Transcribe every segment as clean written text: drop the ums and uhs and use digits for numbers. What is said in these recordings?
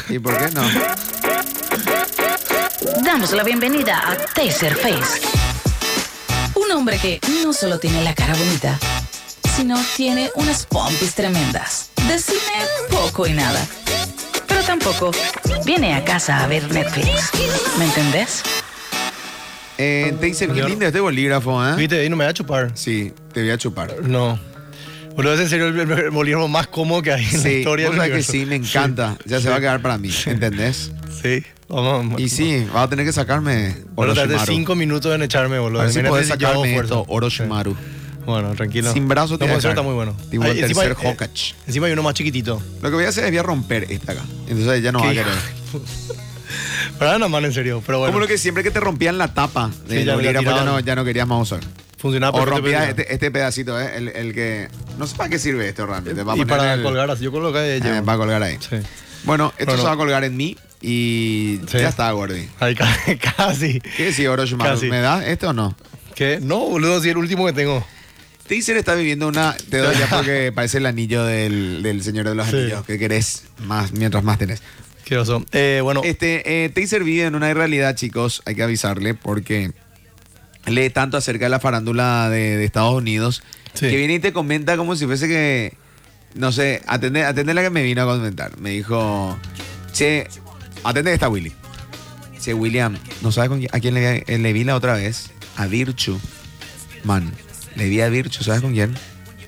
¿Y por qué no? Damos la bienvenida a Taserface. Un hombre que no solo tiene la cara bonita, sino tiene unas pompis tremendas. De cine poco y nada. Pero tampoco viene a casa a ver Netflix. ¿Me entendés? Taser, qué lindo este bolígrafo, ¿eh? Viste, ahí no me va a chupar. Sí, te voy a chupar. No. Boludo, es en serio el bolígrafo más cómodo que hay en la historia del cosa que universo. sí, me encanta. Ya se va a quedar para mí, ¿entendés? Sí. Vamos. Y sí, vas a tener que sacarme Bueno, tardé Orochimaru. 5 minutos en echarme, boludo. A ver si Mira, podés yo hago sacarme fuerza. esto, Orochimaru. Bueno, tranquilo. Sin brazo te No, voy a eso dejar. está muy bueno. Tipo el Encima tercer Hokage. Encima hay uno más chiquitito. Lo que voy a hacer es voy a romper esta acá. Entonces ya no va a ¿Qué? querer. Pero nada más en serio, pero bueno. Como lo que siempre que te rompían la tapa del ya bolígrafo tiraban. ya no querías más usar. Funcionaba O perfecto. rompías este pedacito, el que... No sé para qué sirve esto realmente. Va a Y poner para el- colgar así, yo coloco ahí. va a colgar ahí. Sí. Bueno, esto Bueno. se va a colgar en mí y Sí. ya está, Gordy. Ahí casi. ¿Qué decís, Orochimaru? Casi. ¿Me da esto o no? ¿Qué? No, boludo, sí, el último que tengo. Taser está viviendo una... Te doy ya porque parece el anillo del Señor de los Sí. Anillos. Que querés más mientras más tenés. Qué oso. Bueno, Taser vive en una irrealidad, chicos. Hay que avisarle porque lee tanto acerca de la farándula de Estados Unidos Sí. que viene y te comenta como si fuese que... No sé, atende la que me vino a comentar. Me dijo... Che, atende esta, Willy. Che, William, ¿no sabes a quién le vi la otra vez? A Virtue. Man, le vi a Virtue, ¿sabes con quién?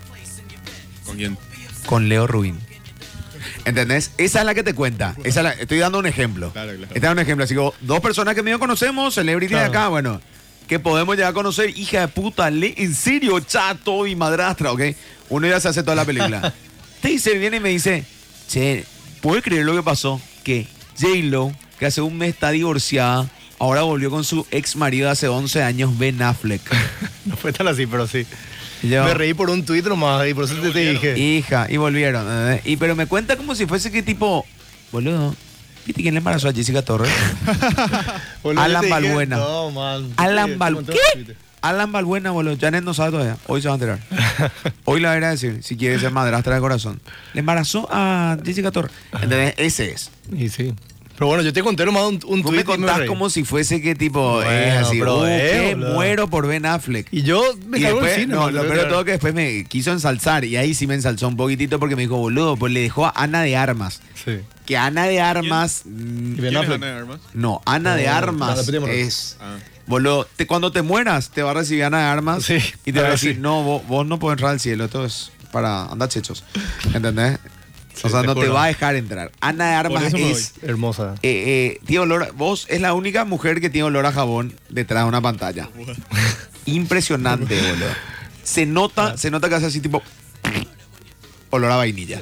¿Con quién? Con Leo Rubin. ¿Entendés? Esa es la que te cuenta. Estoy dando un ejemplo. Claro. Este es un ejemplo. Así que dos personas que medio conocemos, celebrity de Claro. acá, bueno, que podemos llegar a conocer, hija de puta, en serio, chato y madrastra, ¿ok? Uno ya se hace toda la película. Taser viene y me dice, che, ¿puedes creer lo que pasó? Que J-Lo, que hace un mes está divorciada, ahora volvió con su ex marido de hace 11 años, Ben Affleck. no fue tan así, pero sí. Y yo, Me reí por un tuit nomás y por eso te dije. hija, y volvieron. Pero me cuenta como si fuese que tipo, boludo, ¿viste quién le embarazó a Jessica Torres? Boludo, Alan yo te dije, Balbuena. No, man. Alan Sí, Balbuena. te conté en ¿Qué? Twitter. Alan Balbuena, boludo. Janet no sabe todavía. Hoy se va a enterar. Hoy la va a ir a decir, si quiere ser madrastra de corazón. Le embarazó a Jessica Torres. ¿Entendés? Ese es. Y sí. Pero bueno, yo te conté nomás un Vos tuit me y contás reí. como si fuese que tipo Bueno, es así. pero Que boludo. muero por Ben Affleck. Y yo me Y cago en después, el cine. no, man, lo peor de todo que después me quiso ensalzar y ahí sí me ensalzó un poquitito porque me dijo, boludo, pues le dejó a Ana de Armas. Sí. Que Ana de Armas... Y mm, Ben ¿Quién es Affleck. Ana de Armas? no, Ana de No, Armas la repetimos. es... Ah. Boludo, cuando te mueras te va a recibir Ana de Armas Sí, y te va a ah, decir, sí. no, vos no podés entrar al cielo, esto es para andar chechos. ¿Entendés? Sí, o sea, te no te juro. va a dejar entrar. Ana de Armas eso me es... Hermosa. tiene olor vos es la única mujer que tiene olor a jabón detrás de una pantalla. Impresionante, boludo. Se nota que hace así tipo olor a vainilla.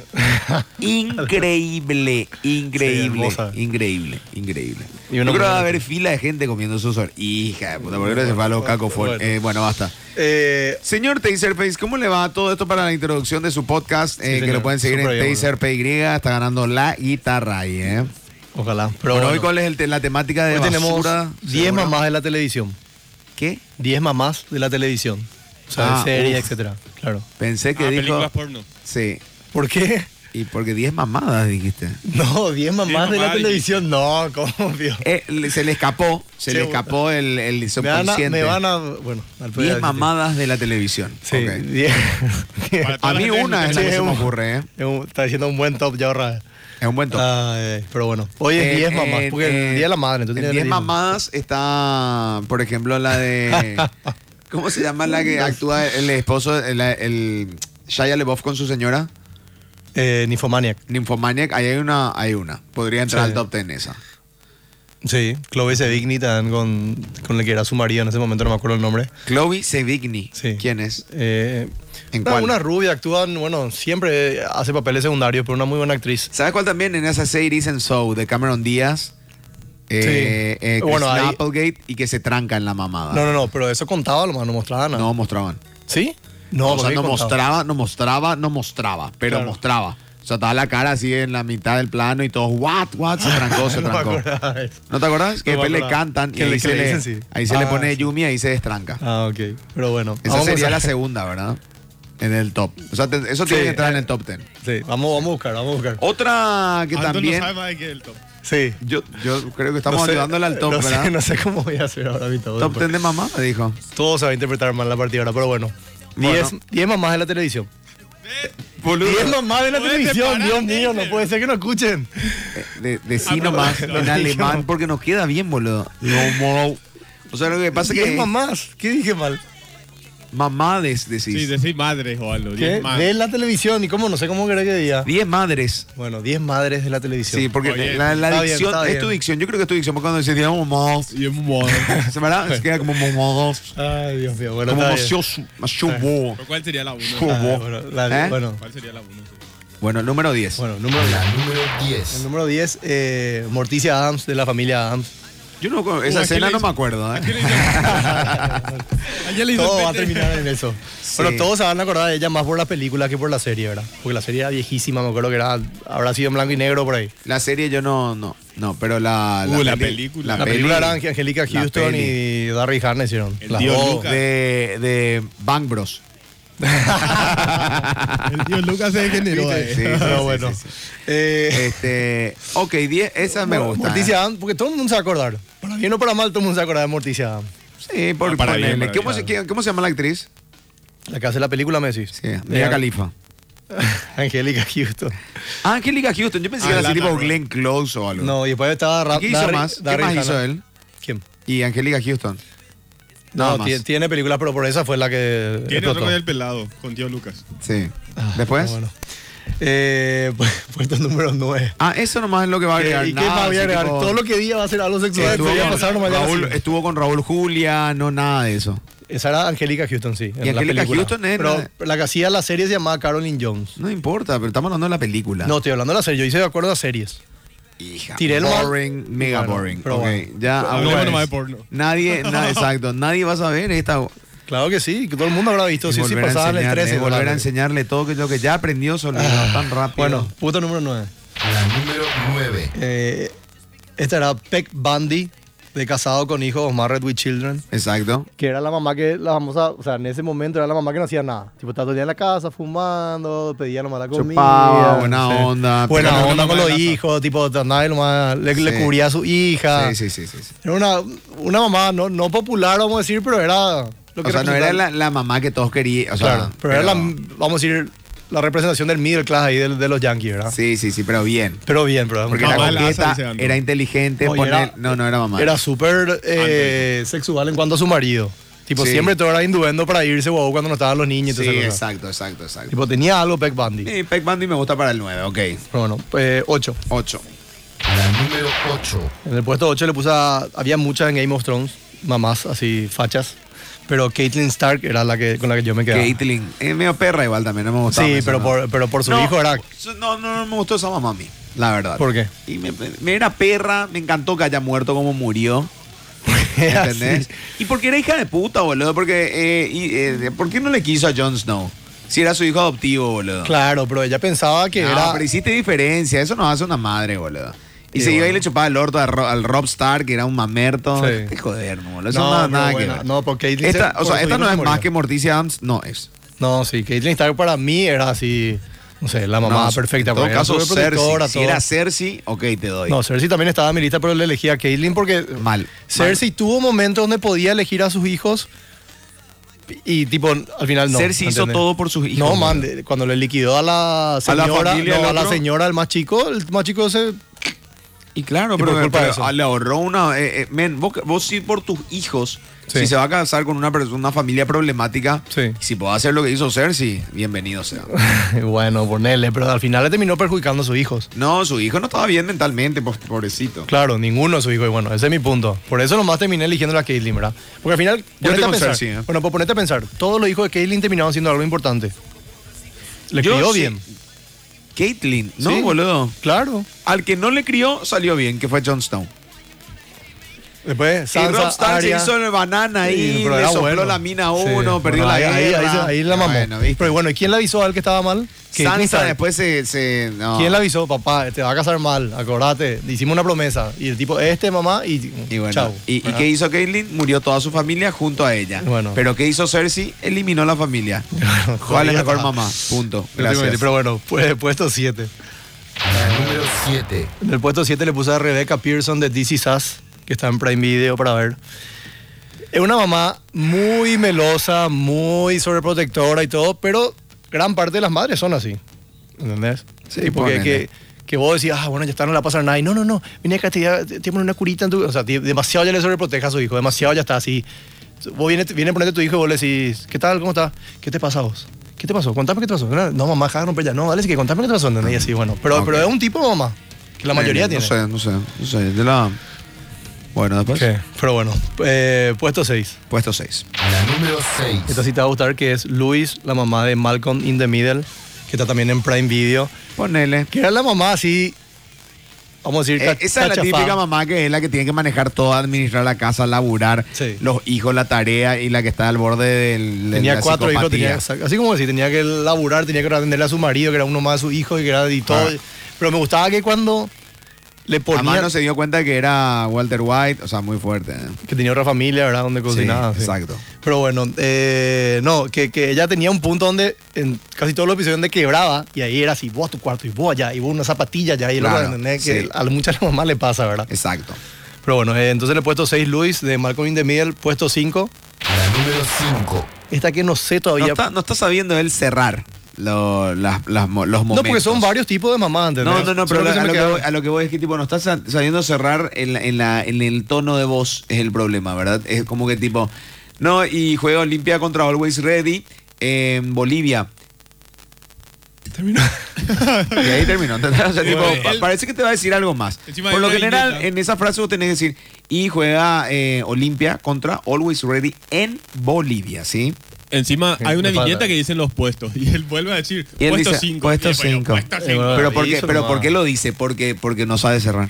Increíble, increíble, hermosa. increíble. Y Yo una creo que va a mujer- haber fila de gente comiendo su sol. Hija de puta, ¿por qué no se fue a los cacos fuerte? Bueno. Bueno, basta. Señor Taserface, ¿cómo le va todo esto para la introducción de su podcast? Que señor. lo pueden seguir Súper en bien, TaserPY. Está ganando la guitarra ahí, ¿eh? Ojalá. Pero Bueno, bueno, hoy cuál es la temática de hoy tenemos basura. 10 ¿Seguro? mamás de la televisión. ¿Qué? 10 mamás de la televisión. O sea, Ah, de series, uf. etcétera. Claro. Pensé que dijo... películas porno. Sí. ¿Por qué? Y porque 10 mamadas dijiste. No, 10 mamás de la mamás, televisión. No, ¿cómo, vio? Se le escapó. Se Sí, le escapó el subconsciente. Me van a. Bueno, al 10 mamadas de la televisión. Sí, Ok. 10. Para A toda la mí gente una que es la que Sí, se me un- ocurre, ¿eh? Está diciendo un buen top ya ahorrada. Es un buen top. Pero bueno, hoy es 10 mamás, porque el día de la madre. Entonces en tiene 10 mamadas está, por ejemplo, la de... ¿Cómo se llama la que actúa el esposo, el Shia LaBeouf con su señora? Nymphomaniac. Nymphomaniac, ahí hay una. Podría entrar Sí. al top 10 esa. Sí, Chloe Sevigny también con el que era su marido en ese momento, no me acuerdo el nombre. Chloe Sevigny. Sí. ¿Quién es? ¿En cuál? Una rubia, actúa, bueno, siempre hace papeles secundarios, pero una muy buena actriz. ¿Sabes cuál también? En esa serie and So de Cameron Díaz. Bueno, ahí- Applegate y que se tranca en la mamada. No, pero eso contaba, nomás no mostraba nada. No mostraban. ¿Sí? No, o sea, porque no contaba. mostraba, pero Claro. mostraba. O sea, estaba la cara así en la mitad del plano y todos, what, se trancó, se No me trancó. acordaba de eso. ¿No te acordás? Que No me después le acordaba. cantan y Que ahí le se le, dicen, sí. ahí se le pone Sí. Yumi y ahí se destranca. Ah, ok. Pero bueno. Esa vamos a sería la empezar. segunda, ¿verdad? en el top. O sea, eso tiene que entrar en el top 10. Sí, vamos a buscar. Otra que Anton también... no sabe más de qué es el top. Sí. Yo creo que estamos No sé, ayudándole al top, no ¿verdad? Sé, no sé cómo voy a hacer ahora mi top. Top 10 de mamá, me dijo. Todo se va a interpretar mal la partida ahora, pero bueno. Bueno. 10 mamás de la televisión. Boludo. 10 mamás de la Puede televisión, separar, Dios mío, no Taser. puede ser que no escuchen. Decí nomás no, en no, alemán no. porque nos queda bien, boludo. No. O sea, lo que pasa es 10 que mamás, ¿qué dije mal? mamá decís. Sí, decir madres o algo. ¿Qué? 10 más. De la televisión, y cómo, no sé cómo querés que diga. 10 madres. Bueno, 10 madres de la televisión. Sí, porque Oye, la está bien, dicción está es tu bien. dicción. Yo creo que es tu dicción. Porque cuando decís mamás, Y es muy se queda como mamás. Ay, Dios mío, bueno, Como está bien. macioso. ¿Pero cuál sería la 1? Bueno, ¿Eh? ¿Cuál sería la 1? Bueno, número 10. Bueno, número Número El 10. número 10, Morticia Adams, de la familia Adams. Yo no, esa ¿a escena quién le no me hizo? acuerdo, ¿eh? Ayer le hizo Todo el va a pete. terminar en eso. Sí. Bueno, todos se van a acordar de ella más por la película que por la serie, ¿verdad? Porque la serie era viejísima, me acuerdo que habrá sido en blanco y negro por ahí. La serie yo no, pero la película. La peli- película era Angelica la Houston peli y Darry Harness hicieron. El Las tío dos. Lucas. de Bang Bros. El tío Lucas se degeneró ahí. Sí, Pero bueno. Ok, 10, esa me gusta. Morticia Adams, porque todo el mundo se va a acordar. Para bien o para mal, todo el mundo se va a acordar de Morticia Adams. Sí, por Para ponerle. bien, para ¿Cómo, bien. ¿Cómo se llama la actriz? La que hace la película, me decís. Sí, Mia Khalifa. Angelica Houston. Ah, Angelica Houston. Yo pensé que era así Lana tipo Rhoades. Glenn Close o algo. No, y después estaba ¿Y ¿Qué hizo más? ¿Qué Darry más hizo Hannah. él? ¿Quién? Y Angelica Houston. Nada No, más. tiene películas, pero por esa fue la que Tiene explotó. otro con el pelado, con tío Lucas. Sí. ¿Después? Bueno. Puesto número 9. Ah, eso nomás es lo que va a agregar. ¿Y qué más voy a así agregar? tipo- Todo lo que diga va a ser algo sexual. Estuvo Voy a con pasar nomás ya Raúl- así. estuvo con Raúl Julia, no nada de eso. Esa era Angelica Houston, sí. Y en la Angelica película. Houston es Pero la- la que hacía la serie se llamaba Caroline Jones. No importa, pero estamos hablando de la película. No, estoy hablando de la serie. Yo hice de acuerdo a series. Hija. Tiré el mal- boring, mega Bueno, boring. pero Ok, bueno. ya Hablemos ahora nomás de es. porno. Nadie, exacto, nadie va a saber esta. Claro que sí, que todo el mundo habrá visto. Sí, sí, volver a pasaba en el enseñarle, 13. volver a volver enseñarle todo lo que ya aprendió solo tan rápido. Bueno, punto número 9. La número 9. Esta era Peck Bundy, de Casado con Hijos, Married with Children. Exacto. Que era la mamá que, la famosa, o sea, en ese momento era la mamá que no hacía nada. Tipo, estaba todo el día en la casa fumando, pedía nomás la comida. Chupaba, buena sí. onda. Buena pero no onda nomás con los en la hijos, tipo, andaba y nomás le Sí. cubría a su hija. Sí. Era una mamá no popular, vamos a decir, pero era lo que O sea, no era representaba- la mamá que todos querían. O sea, Claro, pero era la, vamos a decir, la representación del middle class ahí de los yankees, ¿verdad? Sí, pero bien. Pero bien, pero Porque Mamá era la coqueta, hace, dice, era inteligente. Oye, poner- no era mamá. Era súper sexual en cuanto a su marido. Tipo, Sí. siempre todo era induendo para irse wow, cuando no estaban los niños y Sí, todas esas cosas. exacto. Tipo, tenía algo Peck Bundy. Sí, Peck Bundy me gusta para el 9, ok. Pero bueno, 8. 8. La número 8. En el puesto 8 le puse había muchas en Game of Thrones, mamás así fachas. Pero Caitlyn Stark era con la que yo me quedaba. Caitlyn. Es medio perra igual también, no me gustaba. Sí, eso, pero, ¿no? pero por su No, hijo era... No me gustó esa mamá a mí, la verdad. ¿Por qué? Y me era perra, me encantó que haya muerto como murió. ¿Entendés? Sí. Y porque era hija de puta, boludo. Porque, ¿por qué no le quiso a Jon Snow? Si era su hijo adoptivo, boludo. Claro, pero ella pensaba que No, era... pero hiciste diferencia. Eso no hace una madre, boludo. Y Sí, se iba y bueno. le chupaba el orto al Rob Stark, que era un mamerto. Sí. Te joder, no, boludo. Eso No, no, pero nada que bueno, ver. no, porque Caitlyn Esta, por o sea, su esta hijo no se es murió. más que Morticia Adams, no es. No, sí, Caitlyn Stark para mí era así, no sé, la mamá No, perfecta. En todo porque era caso, superprotectora, Cersei. Si todo. era Cersei, ok, te doy. No, Cersei también estaba en mi lista, pero le elegí a Caitlyn porque Mal. Cersei tuvo momentos donde podía elegir a sus hijos y tipo, al final no. Cersei hizo ¿entendés? todo por sus hijos. No, man, boludo. cuando le liquidó a la señora, familia del no, a la otro. señora, el más chico se... Y claro, Y por pero, culpa de pero eso. le ahorró una... men, vos sí por tus hijos, Sí. si se va a casar con una familia problemática, Sí. y si puedo hacer lo que hizo Cersei, bienvenido sea. Bueno, ponerle, pero al final le terminó perjudicando a sus hijos. No, su hijo no estaba bien mentalmente, pobrecito. Claro, ninguno de sus hijos. Y bueno, ese es mi punto. Por eso nomás terminé eligiendo a Caitlyn, ¿verdad? Porque al final, Yo ponete estoy a con pensar. Cersei, ¿eh? Bueno, pues ponete a pensar. Todos los hijos de Caitlyn terminaron haciendo algo importante. Le Yo crió sí. bien. Caitlyn, no, Sí. boludo. Claro. Al que no le crió, salió bien, que fue Jon Snow. Después Y Sansa, Rockstar se Arya. hizo el banana ahí, Sí, pero le era sopló bueno. la mina a Sí, uno, perdió bueno, la guerra. ahí la mamó. Bueno, ¿viste? Pero bueno, ¿y quién le avisó a él que estaba mal? Caitlyn Sansa Stark. después se no. ¿Quién le avisó? Papá, te va a casar mal, acordate. Le hicimos una promesa. Y el tipo, mamá, y Y bueno, chau. ¿y ¿verdad? qué hizo Caitlyn? Murió toda su familia junto a ella. Bueno. Pero ¿qué hizo Cersei? Eliminó la familia. ¿Cuál es Jodida mejor está. mamá? Punto. Efectivamente, Gracias. pero bueno, puesto 7. La número 7. En el puesto 7 le puse a Rebecca Pearson de This Is Us, que está en Prime Video para ver. Es una mamá muy melosa, muy sobreprotectora y todo, pero gran parte de las madres son así. ¿Entendés? Sí, Tipo que, ponele. que vos decís, bueno, ya está, no le va a pasar nada. Y no, vine acá, te ponen una curita en tu... O sea, demasiado ya le sobreprotege a su hijo, demasiado ya está así. Vos viene a ponerte a tu hijo y vos le decís, ¿qué tal? ¿Cómo está? ¿Qué te pasa a vos? ¿Qué te pasó? Contame qué te pasó. No, mamá, deja de romper ya. No, dale, sí que contame qué te pasó. ¿Entendés? Y así, bueno. Pero es un tipo de mamá, que la mayoría tiene. No sé. De la... Bueno, después. ¿Qué? Pero bueno, puesto 6. Puesto 6. La número 6. Esta sí te va a gustar, que es Louise, la mamá de Malcolm in the Middle, que está también en Prime Video. Ponele. Que era la mamá así, vamos a decir, Esa es la cachafá. típica mamá que es la que tiene que manejar todo, administrar la casa, laburar, Sí. los hijos, la tarea y la que está al borde de Tenía la 4 hijos, psicopatía. así como decir, tenía que laburar, tenía que atenderle a su marido, que era uno más de su hijo, y que era y todo. Ah. Pero me gustaba que cuando le Además ponía no se dio cuenta que era Walter White, o sea, muy fuerte. que tenía otra familia, ¿verdad? Donde cocinaba. Sí, sí. exacto. Pero bueno, no, que ella tenía un punto donde en casi todos los episodios donde quebraba y ahí era así, vos a tu cuarto y vos allá y vos una zapatilla allá y Claro, lo ¿entendés? Que sí. a muchas mamás le pasa, ¿verdad? Exacto. Pero bueno, entonces le he puesto 6 Luis de Malcolm in the Middle, puesto 5. La número 5. Esta que no sé No todavía. está sabiendo él cerrar los momentos. No, porque son varios tipos de mamás, ¿entendés? No, pero Solo que se me queda- a lo que voy es que tipo no estás sabiendo cerrar en el tono de voz es el problema, ¿verdad? Es como que tipo, no, y juega Olimpia contra Always Ready en Bolivia. Terminó. Y ahí terminó. ¿Entendés? O sea, tipo, Él- parece que te va a decir algo más. Encima Por hay lo una general, viñeta. en esa frase vos tenés que decir, y juega Olimpia contra Always Ready en Bolivia, ¿sí? Encima hay una me falta. viñeta que dicen los puestos y él vuelve a decir Y él puesto dice, 5. puesto 5. Puesto 5. bueno. Pero, ¿por qué, hizo pero nomás. ¿por qué lo dice? Porque no sabe cerrar.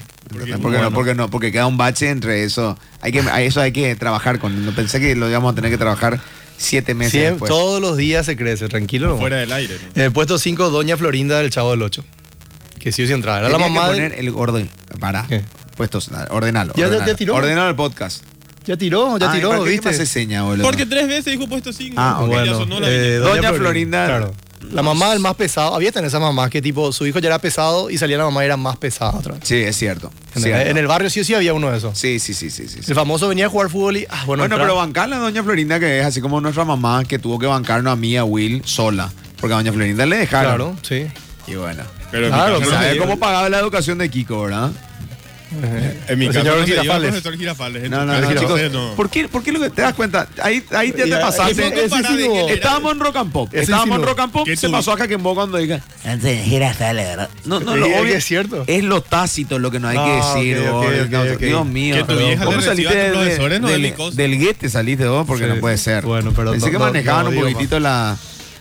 Porque queda un bache entre eso. A eso hay que trabajar con. No pensé que lo íbamos a tener que trabajar 7 meses después. Todos los días se crece, tranquilo. ¿no? Fuera del aire. ¿no? En el puesto 5, Doña Florinda del Chavo del 8. Que sí o sí entraba. Era la Tenía mamá que de... poner el orden. Para. ¿Qué? Puestos. Ordenalo. Ya ordenalo. tiró. Ordenalo el podcast. Ya tiró, Ay, ¿por qué ¿viste? me hace seña, boludo? Porque 3 veces dijo puesto 5. Ah, ok. Ya sonó la viñeta. Doña Florinda. Claro. La mamá del más pesado. Había tan esas mamás que tipo, su hijo ya era pesado y salía la mamá y era más pesada otra vez. Sí, es cierto. En el barrio sí o sí había uno de esos. Sí. El famoso venía a jugar fútbol y... Bueno, entra. pero bancar la Doña Florinda, que es así como nuestra mamá, que tuvo que bancarnos a mí y a Will sola. Porque a Doña Florinda le dejaron. Claro, sí. Y bueno. Pero en Claro, mi caso, claro. ¿Sabes no cómo pagaba la educación de Kiko, verdad? en mi El caso señor no se dio al Girafales. profesor Girafales. En No, tu no, caso, no, chicos. entonces, no. ¿Por qué lo que te das cuenta? Ahí ya te Ya, pasaste. ese insinuó. Estábamos en Rock and Pop. Ese Estábamos en insinuó. Rock and Pop. ¿Qué Se tú? pasó a Jaquembo cuando diga. Antes girafales, ¿verdad? No, Sí, lo es obvio. que es cierto. Es lo tácito lo que no hay que Ah, decir. ok, vos. ok, No, ok. Dios mío. Que tu vieja ¿Cómo le saliste reciba a tus profesores, no, del, de licos? del guete saliste vos? Porque Sí. no puede ser. Bueno, pero Pensé no- que no- manejaban no un digo poquitito la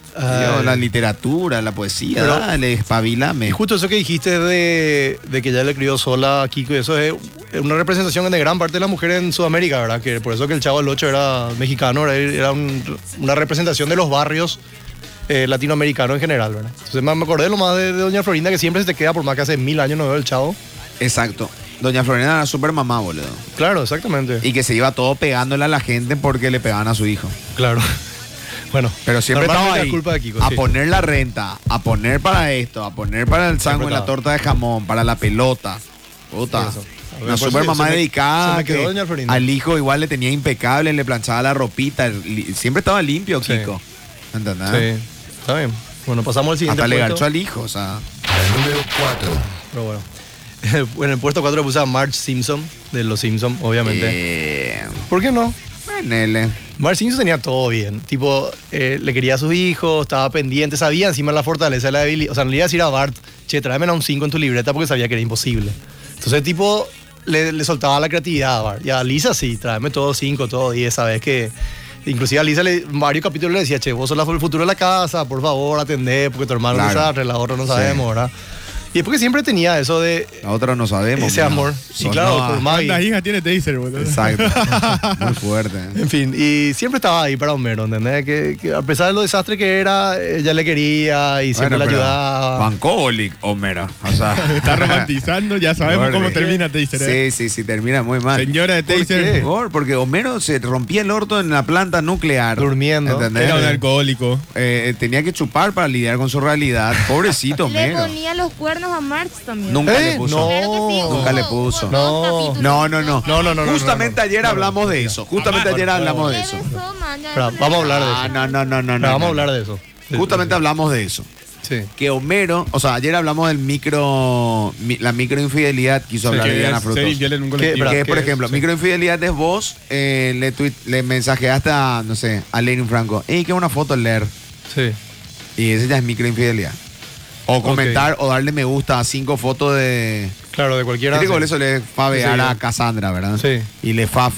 literatura, la poesía. Pero- Dale, espabilame. Y justo eso que dijiste de que ya le crió sola a Kiko, y eso es una representación de gran parte de las mujeres en Sudamérica, ¿verdad? Que por eso que el Chavo del 8 era mexicano, era una representación de los barrios latinoamericanos en general, ¿verdad? Entonces me acordé lo más de Doña Florinda, que siempre se te queda, por más que hace 1000 años no veo el Chavo. Exacto. Doña Florinda era súper mamá, boludo. Claro, exactamente. Y que se iba todo pegándole a la gente porque le pegaban a su hijo. Claro. Bueno, Pero siempre normalmente estaba ahí es culpa de Kiko, a sí. poner la renta, a poner para esto, a poner para el sándwich, la estaba. torta de jamón, para la pelota. Puta. Sí, eso. Una Por super eso mamá se me- dedicada. se me quedó que Doña Florinda. al hijo igual le tenía impecable, le planchaba la ropita. Siempre estaba limpio, Sí. Kiko. ¿Entendés? Sí, está bien. Bueno, pasamos al siguiente Hasta le puesto. garchó al hijo, o sea. La número 4. Pero bueno. En el puesto 4 le puse a Marge Simpson, de Los Simpsons, obviamente. ¿Por qué no? Nele. Marge Simpson tenía todo bien. Tipo, le quería a sus hijos, estaba pendiente, sabía encima la fortaleza de la debilidad. O sea, no le iba a decir a Bart, che, tráeme un 5 en tu libreta porque sabía que era imposible. Entonces, tipo, le soltaba la creatividad a Bart. Y a Lisa sí, tráeme todo 5, todo 10, ¿sabes? Que inclusive a Lisa en varios capítulos le decía, che, vos sos el futuro de la casa, por favor, atendé, porque tu hermano Claro. es desastre, la otra no Sí. sabemos, ¿verdad? Y es porque siempre tenía eso de La otra no sabemos. ese ¿no? amor. Y Son claro, no- por Maggie. ¿Cuántas hijas tiene Taser, boludo? Exacto. Muy fuerte. En fin, y siempre estaba ahí para Homero, ¿entendés? Que a pesar de lo desastre que era, ella le quería y siempre Bueno, le pero ayudaba. Bancólic, Homero. O sea, Está romantizando, ya sabemos cómo termina Taser. ¿eh? Sí, termina muy mal. Señora de ¿Por Taser, qué? Porque Homero se rompía el orto en la planta nuclear. Durmiendo. ¿Entendés? era un alcohólico. Tenía que chupar para lidiar con su realidad. Pobrecito Le Homero. ponía los cuernos a Marx también. Nunca ¿Eh? le puso. No. Claro que sí, Nunca le hubo puso. dos No. capítulos. No. Justamente ayer hablamos de eso. Justamente ayer hablamos de Le eso. besó, man, ya Espera, eso le- vamos a hablar de eso. No. Vamos a hablar de eso. Justamente hablamos de eso. Sí. Que Homero, o sea, ayer hablamos del la microinfidelidad, quiso hablar de Que Diana es Frutos. ser infiel en un colectivo. Espera, Que, por ¿qué ejemplo, es? microinfidelidad es vos, le mensajeaste a, no sé, a Lenin Franco, ¡ey, qué una foto leer! Sí. Y ese ya es microinfidelidad. O comentar o darle me gusta a 5 fotos de... Claro, de cualquiera. Creo que sí. por eso le fabear Sí. a Cassandra, ¿verdad? Sí. Y le faf,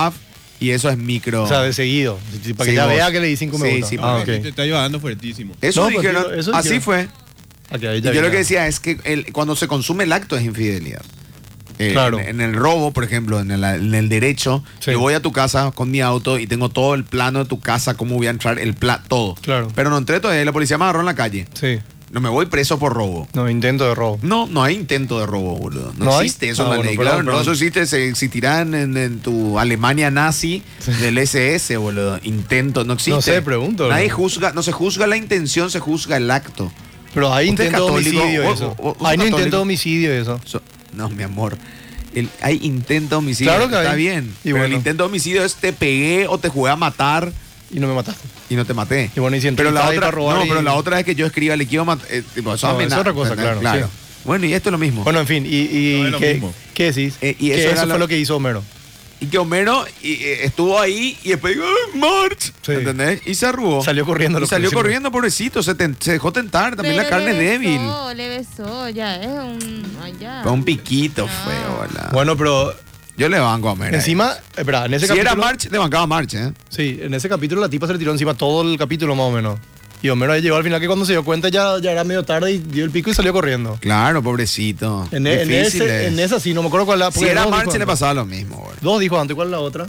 y eso es micro... O sea, de seguido. Para que Sí, ya vos. vea que le di 5 me Sí, gusta. sí, Ah, porque ok. Te está ayudando fuertísimo. Eso No, pues, dijeron, eso así dijeron. fue. Ok, ahí Y ya yo lo vi. que decía es que cuando se consume el acto es infidelidad. Claro. En el robo, por ejemplo, en el derecho, Sí. yo voy a tu casa con mi auto y tengo todo el plano de tu casa, cómo voy a entrar, todo. Claro. Pero no entré todavía, la policía me agarró en la calle. Sí. No me voy preso por robo. No, intento de robo. No hay intento de robo, boludo. No, ¿No hay? existe eso Ah, en la bueno, ley. perdón, Claro, no, perdón. eso existe, se existirán en tu Alemania nazi del SS, boludo. Intento, no existe. No sé, pregunto, Nadie boludo. juzga, no se juzga la intención, se juzga el acto. Pero hay ¿Usted es intento de católico? homicidio y ¿Vos- eso. vos- vos Hay sos intento de católico? homicidio y eso. No, mi amor. Hay intento de homicidio. Claro que está hay. bien. Y pero el bueno. intento de homicidio es te pegué o te jugué a matar Y no me mataste. y no te maté. Y bueno, y si entré pero la ahí otra, para robar no, y- pero la otra es que yo escriba le quiero matar. Tipo, eso No, amenaza, es otra cosa, ¿entendés? claro, sí. Bueno, y esto es lo mismo. Bueno, en fin, No es lo ¿qué, mismo. ¿qué decís? Y que eso eso, era fue lo- lo que hizo Homero. Y que Homero estuvo ahí y después digo, ¡ay, March! Sí. ¿Entendés? Y se arrugó. Salió corriendo. Y lo salió próximo. corriendo, pobrecito. Se dejó tentar. También la Pero carne es le débil. besó, le besó, ya es un... ay, ya. Fue un piquito No. feo, ¿verdad? Bueno, pero Yo le banco a Homero. encima, espera, en ese si capítulo... era March, le bancaba a March, ¿eh? Sí, en ese capítulo la tipa se le tiró encima todo el capítulo más o menos. Y Homero ahí llegó al final que cuando se dio cuenta ya era medio tarde y dio el pico y salió corriendo. Claro, pobrecito. En Difícil es. esa sí, no me acuerdo cuál la... Si porque era dos March dijo le antes. pasaba lo mismo, güey. Dos dijo antes, ¿cuál es la otra?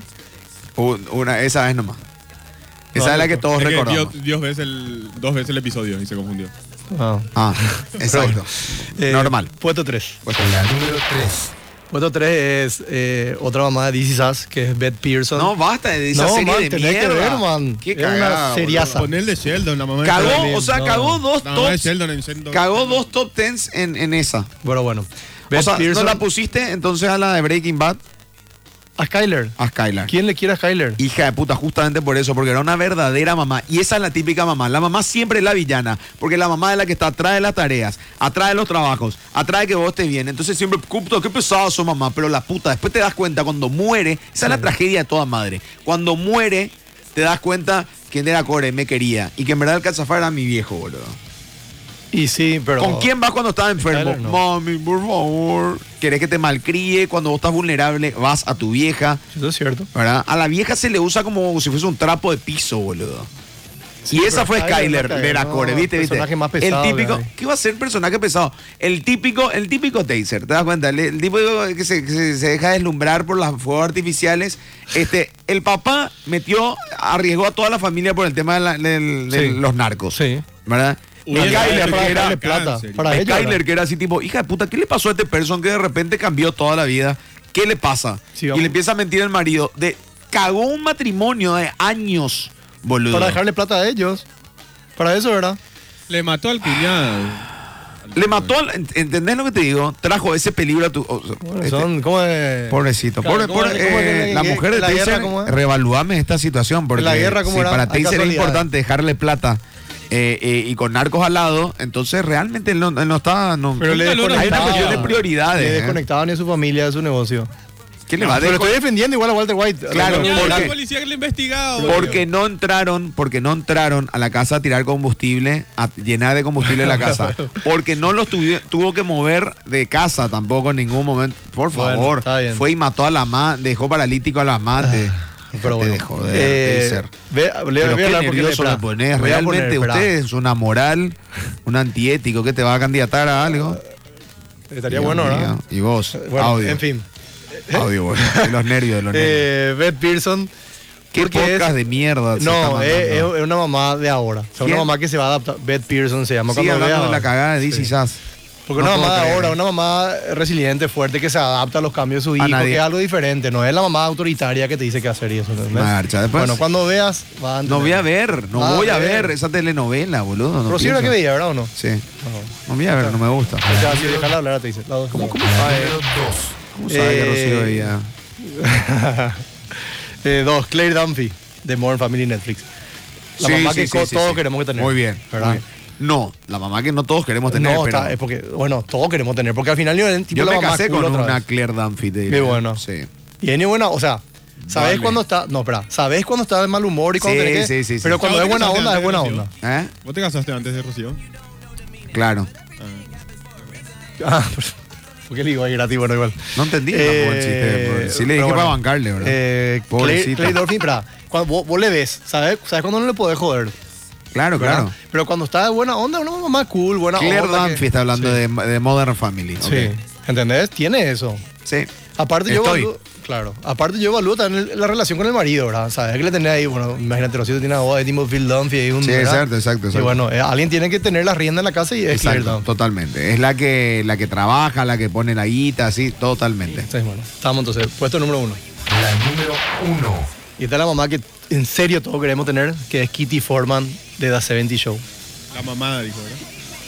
Esa vez nomás. Esa No, es la que no. todos Es que recordamos. vio dos veces el episodio y se confundió. Ah. Ah, exacto. Normal. Puesto 3. La número 3. Puesto 3 es otra mamá de This Is Us, que es Beth Pearson. No, basta de esa No, serie man, de tenés que mierda. ver, man. Qué Es una cagada, seriaza. boludo. Ponerle Sheldon, la mamá de Cagó, Sheldon. o sea, No. cagó dos La mamá de tops. Sheldon en Sheldon. Cagó dos top tens en esa. Bueno. O Beth sea, Pearson, ¿no la pusiste entonces a la de Breaking Bad? a Skyler. A Skylar. ¿Quién le quiere a Skyler? Hija de puta, justamente por eso, porque era una verdadera mamá. Y esa es la típica mamá. La mamá siempre es la villana, porque la mamá es la que está atrás de las tareas, atrás de los trabajos, atrás de que vos estés bien. Entonces siempre, puta, qué pesado su mamá. Pero la puta, después te das cuenta cuando muere, esa es la tragedia de toda madre. Cuando muere, te das cuenta quién era Core, me quería. Y que en verdad el Cazafar era mi viejo, boludo. Y sí, pero... ¿Con quién vas cuando estás enfermo? Skyler, no. Mami, por favor. ¿Querés que te malcríe? Cuando vos estás vulnerable, vas a tu vieja. Eso es cierto. ¿Verdad? A la vieja se le usa como si fuese un trapo de piso, boludo. Y esa pero fue Skyler Skyler no, de la no, Core, ¿viste? personaje más pesado El típico, que hay. ¿qué va a ser personaje pesado? El típico Taser, ¿te das cuenta? El típico que se deja deslumbrar por los fuegos artificiales. El papá arriesgó a toda la familia por el tema de Sí. los narcos. Sí. ¿Verdad? Uy, Y el Skyler, Skyler que era- darle plata. cáncer. Para ella, Skyler, ¿verdad? que era así tipo, hija de puta, ¿qué le pasó a este person que de repente cambió toda la vida? ¿Qué le pasa? Sí, y vamos. le empieza a mentir al marido. Cagó un matrimonio de años, boludo. Para dejarle plata a ellos. Para eso, ¿verdad? Le mató al cuñado. Le mató, ¿entendés lo que te digo? Trajo ese peligro a tu... Bueno, son como de... Pobrecito. Claro, ¿cómo es que la mujer de la guerra, Taser, cómo es? reevaluame esta situación. Porque La guerra, ¿cómo si era? para Hay Taser es casualidades. importante dejarle plata y con narcos al lado, entonces realmente él no está... No, Pero le hay una desconectaba. cuestión de prioridades. Le ¿eh? desconectaban ni a su familia de su negocio. ¿Qué le va a Pero desconectar? estoy defendiendo igual a Walter White. Claro, Ya, porque- la policía que le ha investigado. Porque no entraron a la casa a tirar combustible, a llenar de combustible la casa. Porque no los tuvo que mover de casa tampoco en ningún momento. Por Bueno, favor. está bien. Fue y mató a la amante, dejó paralítico a la amante. Pero bueno. de joder, Taser. Voy Pero a qué hablar porque nervioso me ponés. Voy a Realmente poner, espera. usted es una moral, un antiético que te va a candidatar a algo. Estaría Dios bueno, mío. ¿verdad? Y vos, Bueno, audio. en fin. Audio, bueno. De los nervios, de los nervios. Beth Pearson. Qué porque podcast de mierda. se está No, mandando. es una mamá de ahora. O sea, una ¿Quién? mamá que se va a adaptar. Beth Pearson se llama. Sigue Cuando hablando vea- de la cagada de This Sí. Is Us. Porque No una mamá puedo de creer. ahora, una mamá resiliente, fuerte, que se adapta a los cambios de su hijo, nadie. que es algo diferente. No es la mamá autoritaria que te dice qué hacer y eso. ¿entendés? Marcha, después. Bueno, cuando veas, va a No voy a ver, no Ah, voy a ver. ver esa telenovela, boludo. No Rocío era que pienso. veía, ¿verdad o no? Sí. No voy a ver, no me gusta. O sea, si dejarla hablar, te dice. ¿Cómo? Número 2. ¿Cómo sabe que Rocío Eh, veía? 2, Claire Dunphy, de Modern Family Netflix. La Sí, mamá sí, que sí, sí, todos sí. queremos que tener. Muy bien, ¿verdad? muy bien. No, la mamá que no todos queremos tener, No, pero es porque, bueno, todos queremos tener, porque al final yo era el tipo yo de la me mamá casé cool con otra una vez. Claire Dunphy. te Qué diré. bueno. Sí. Y es buena, o sea, ¿sabes Vale. cuando está? No, espera, ¿sabes cuando está de mal humor y cuando Sí, tenés que? sí, sí, sí. Pero cuando Chao, es buena te onda, casaste es buena antes de onda. ¿Eh? ¿Vos te casaste antes de Rocío? Claro. Ah, ¿por qué le digo ahí gratis? Bueno, igual. No entendí tampoco el chiste. Sí le dije pero para bueno. bancarle, ¿verdad? Clay Pobrecita. Dunphy, espera, cuando vos le ves, ¿sabes cuándo no le podés joder? Claro, ¿verdad? claro. Pero cuando está de buena onda, una mamá cool, buena Claire onda. Dunphy está hablando sí. de Modern Family. Sí, ok. ¿entendés? Tiene eso. Sí. Aparte yo Estoy. evalúo, claro, aparte yo evalúo también la relación con el marido, ¿verdad? Sabes que le tenés ahí, bueno, imagínate, Rocío tiene a vos de Timothy Dunphy y un Sí, ¿verdad? exacto. Y bueno, alguien tiene que tener la rienda en la casa y es Claire Exacto, Dunphy. totalmente. Es la que trabaja, la que pone la guita, así, totalmente. Entonces, bueno, estamos entonces, puesto número 1. La número 1. Y está la mamá que en serio todos queremos tener, que es Kitty Forman de The 70 Show. La mamá dijo, ¿verdad?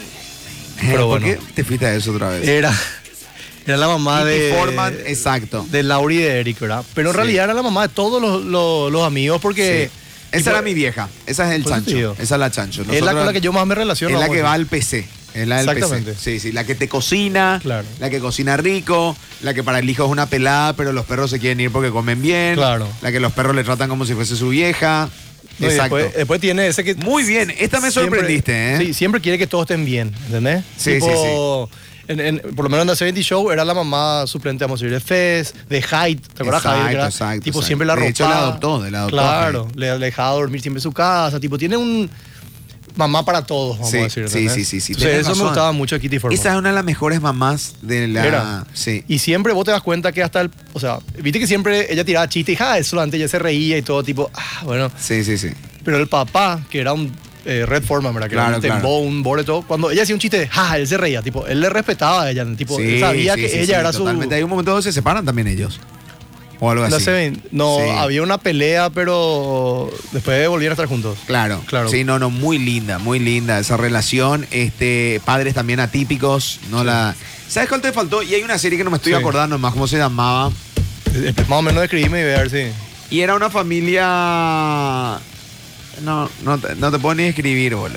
Pero ¿Por bueno. qué te fuiste a eso otra vez? Era la mamá Kitty de... Forman, exacto. De Lauri y de Eric, ¿verdad? Pero en Sí. realidad era la mamá de todos los amigos porque... Sí. Esa era mi vieja, esa es el Por eso te chancho. digo. Esa es la chancho. Es la con Nosotros- la que yo más me relaciono. Es la vamos que a va decir. al PC. Es la del Exactamente. PC. Sí, la que te cocina, Claro. la que cocina rico, la que para el hijo es una pelada, pero los perros se quieren ir porque comen bien. Claro. La que los perros le tratan como si fuese su vieja. No, y Exacto. después tiene ese que... Muy bien, esta me siempre- sorprendiste, ¿eh? Sí, siempre quiere que todos estén bien, ¿entendés? Sí, Tipo, por lo menos en The 70 Show era la mamá suplente, vamos a decir, de Fez, de Hyde, ¿te acuerdas Exacto, Hyde? Que era, exacto, tipo, exacto. siempre la De arropaba. hecho, la adoptó Claro, le dejaba dormir siempre en su casa, tipo, tiene un mamá para todos, vamos Sí, a decir. sí, ¿entendés? sí. Entonces, Tenés eso me razón. gustaba mucho de Kitty Forman. Esa es una de las mejores mamás de la... Era. Sí. Y siempre vos te das cuenta que hasta el... O sea, viste que siempre ella tiraba chistes y solamente ella se reía y todo, tipo, bueno. Sí. Pero el papá, que era un Red Foreman, ¿verdad? Que Claro, era un tembo, un borde, todo. Cuando ella hacía un chiste, él se reía. Tipo, él le respetaba a ella. Tipo, él sabía que ella era totalmente. Hay un momento donde se separan también ellos. O algo su... así. No, Sí. había una pelea, pero después volvieron a estar juntos. Claro, Claro. Sí, no, muy linda esa relación. Padres también atípicos. ¿Sabes cuál te faltó? Y hay una serie que no me estoy Sí. acordando más cómo se llamaba. Más o menos escribime y ver si... Y era una familia. No te puedo ni escribir, boludo.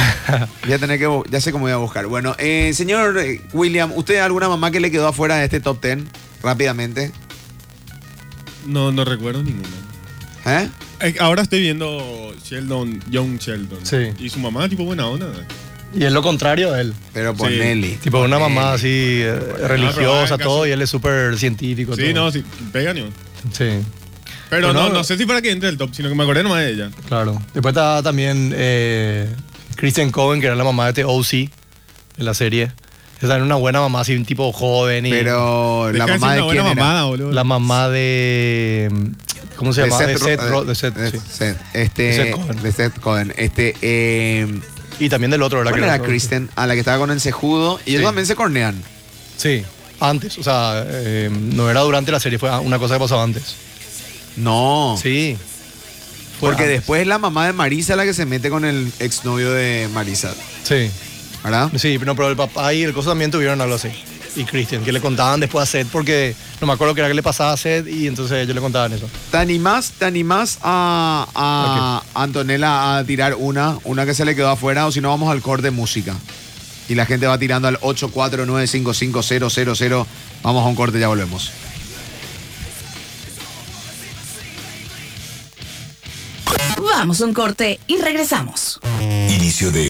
Ya sé cómo voy a buscar. Bueno, señor William, ¿usted alguna mamá que le quedó afuera de este top 10? Rápidamente. No recuerdo ninguna. ¿Eh? Ahora estoy viendo Young Sheldon. Sí. Y su mamá, tipo, buena onda. Y es lo contrario de él. Pero por Sí. Nelly. Tipo, una mamá así religiosa, pero todo, y él es súper científico. Sí, todo. no, sí, pega, ¿no? Sí. Pero Pero no sé si para que entre el top, sino que me acordé nomás de ella. Claro. Después está también Kristen Cohen, que era la mamá de The O.C. en la serie. Esa era una buena mamá, así un tipo joven. Y Pero la Deja de mamá ser de una buena quién era? mamá, boludo. la mamá de... ¿Cómo se llama? De Seth de sí. Seth Cohen. de Seth Cohen. Y también del otro, ¿verdad? ¿Cuál Que era Kristen? A la que estaba con el cejudo. Y ellos Sí. también se cornean. Sí, antes. O sea, no era durante la serie, fue una cosa que pasaba antes. No. Sí. Fue Porque antes. después es la mamá de Marisa la que se mete con el exnovio de Marisa. Sí. ¿Verdad? Sí, pero el papá y el coso también tuvieron algo así. Y Christian, que le contaban después a Seth, porque no me acuerdo qué era que le pasaba a Seth y entonces ellos le contaban eso. ¿Te animás a Antonella a tirar una que se le quedó afuera? O si no, vamos al corte de música. Y la gente va tirando al 849550000. Vamos a un corte, ya volvemos. Vamos a un corte y regresamos. Inicio de